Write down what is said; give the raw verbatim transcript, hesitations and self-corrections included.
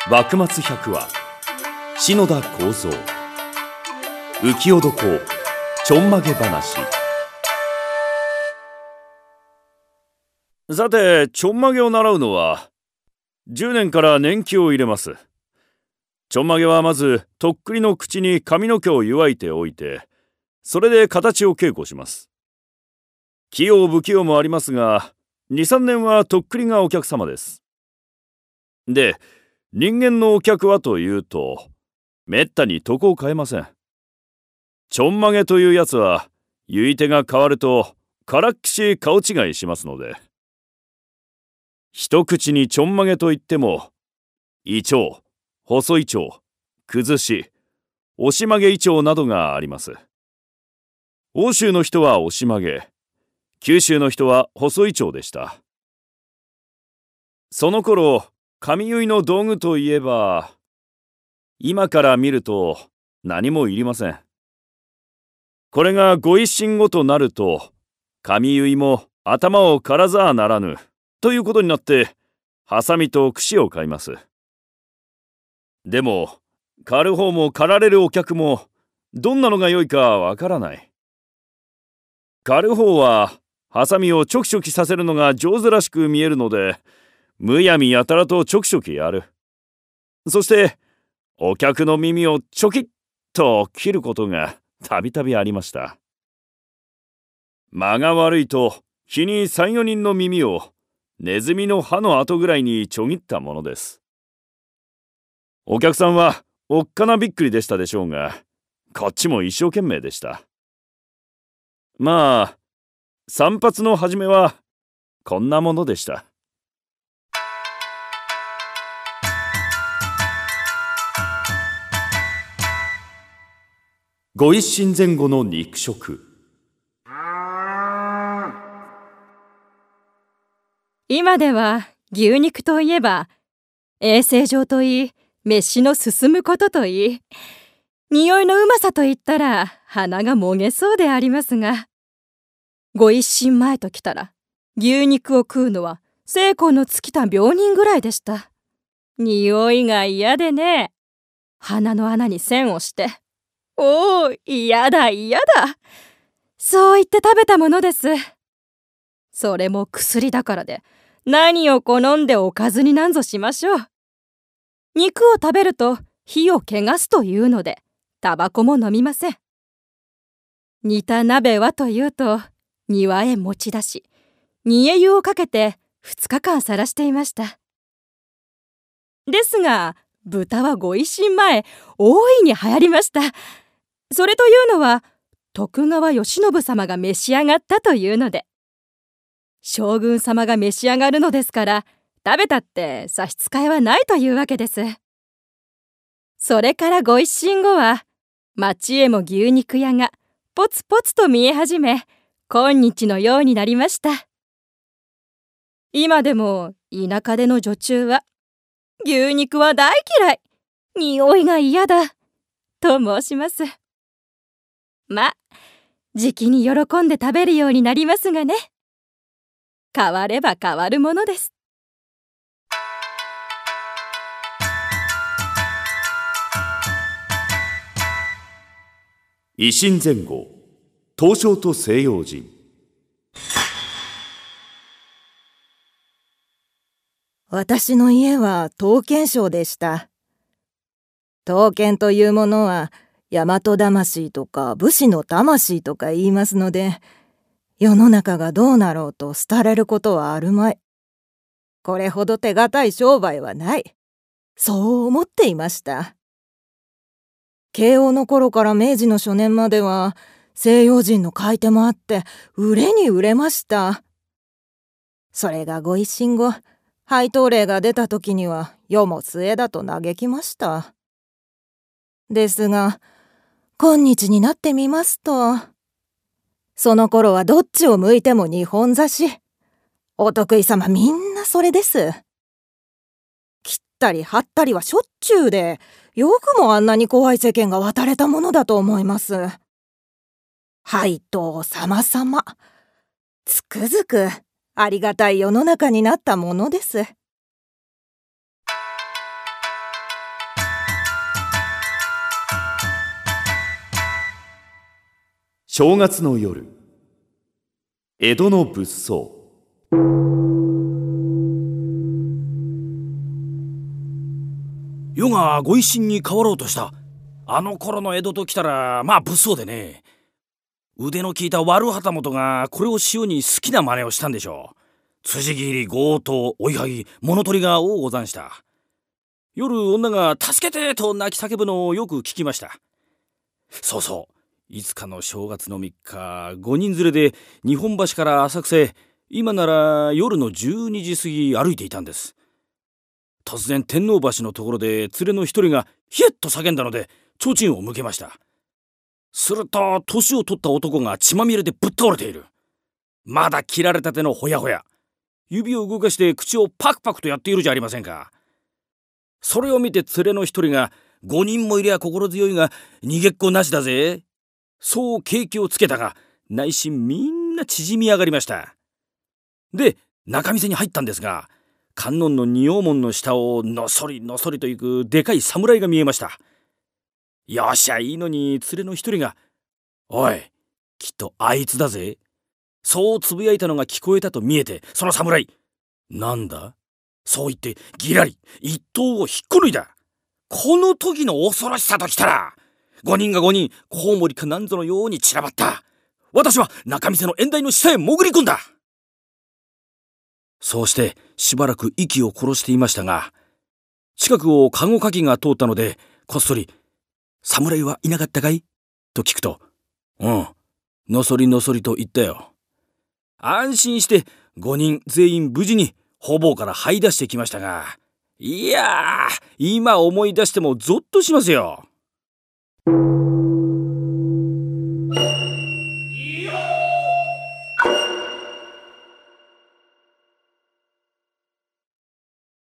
幕末百話、篠田幸三、浮世床ちょんまげ話。さて、ちょんまげを習うのはじゅうねんから年季を入れます。ちょんまげはまずとっくりの口に髪の毛を結わいておいて、それで形を稽古します。器用不器用もありますが、に、さんねんはとっくりがお客様です。で、人間のお客はというと、めったに床を変えません。ちょんまげというやつは、結い手が変わるとからっきし顔違いしますので。一口にちょんまげといっても、いちょう、細い蝶、崩し、押し曲げいちょうなどがあります。欧州の人は押し曲げ、九州の人は細い蝶でした。その頃、髪結いの道具といえば、今から見ると何もいりません。これがご一新後となると、髪結いも頭を刈らざあならぬということになって、ハサミと櫛を買います。でも、刈る方も刈られるお客も、どんなのが良いかわからない。刈る方は、ハサミをチョキチョキさせるのが上手らしく見えるので、むやみやたらとチョキチョキやる。そして、お客の耳をチョキッと切ることがたびたびありました。間が悪いと、日にさん、よにんの耳をネズミの歯の跡ぐらいにちょぎったものです。お客さんはおっかなびっくりでしたでしょうが、こっちも一生懸命でした。まあ、散髪の始めはこんなものでした。ご一新前後の肉食。 今では牛肉といえば衛生上といい、飯の進むことといい、匂いのうまさといったら鼻がもげそうでありますが、ご一新前ときたら牛肉を食うのは精魂の尽きた病人ぐらいでした。匂いが嫌でね、鼻の穴に線をして、おお、嫌だ嫌だ、そう言って食べたものです。それも薬だからで、何を好んでおかずになんぞしましょう。肉を食べると火を汚すというので、タバコも飲みません。煮た鍋はというと、庭へ持ち出し、煮え湯をかけてふつかかんさらしていました。ですが、豚はご一新前、大いに流行りました。それというのは、徳川慶喜様が召し上がったというので、将軍様が召し上がるのですから、食べたって差し支えはないというわけです。それからご一新後は、町へも牛肉屋がポツポツと見え始め、今日のようになりました。今でも田舎での女中は、牛肉は大嫌い、匂いが嫌だと申します。ま、じきに喜んで食べるようになりますがね。変われば変わるものです。 維新前後、東照と西洋人。 私の家は刀剣商でした。刀剣というものは大和魂とか武士の魂とか言いますので、世の中がどうなろうと廃れることはあるまい。これほど手堅い商売はない。そう思っていました。慶応の頃から明治の初年までは西洋人の買い手もあって売れに売れました。それがご一新後、配当令が出た時には世も末だと嘆きました。ですが、今日になってみますと、その頃はどっちを向いても二本差し。お得意様みんなそれです。切ったり貼ったりはしょっちゅうで、よくもあんなに怖い世間が渡れたものだと思います。配当様々。つくづくありがたい世の中になったものです。 正月の夜、江戸の物騒。 世がご一新に変わろうとしたあの頃の江戸ときたら、まあ物騒でね。腕の利いた悪旗本がこれをしように好きな真似をしたんでしょう。辻斬り、強盗、追いはぎ、物取りが多ござんした。夜女が助けてと泣き叫ぶのをよく聞きました。そうそう、いつかの正月のみっか、ごにん連れで日本橋から浅草へ、今なら夜のじゅうにじ過ぎ歩いていたんです。突然天王橋のところで連れの一人がヒエッと叫んだので提灯を向けました。すると年を取った男が血まみれでぶっ倒れている。まだ切られたてのほやほや、指を動かして口をパクパクとやっているじゃありませんか。それを見て連れの一人が、五人もいりゃ心強いが逃げっこなしだぜ、そう景気をつけたが、内心みんな縮み上がりました。で仲見世に入ったんですが、観音の仁王門の下をのそりのそりと行くでかい侍が見えました。よっしゃいいのに、連れの一人が「おい、きっとあいつだぜ」そうつぶやいたのが聞こえたと見えて、その侍「なんだ?」そう言ってぎらり一刀を引っこ抜いた。この時の恐ろしさときたら、五人が五人コウモリかなんぞのように散らばった。私は仲見世の縁台の下へ潜り込んだ。そうしてしばらく息を殺していましたが、近くをカゴかきが通ったのでこっそり「侍はいなかったかい?」と聞くと「うん、のそりのそりと言ったよ」。安心してごにん全員無事に方々から這い出してきましたが、いやー、今思い出してもゾッとしますよ。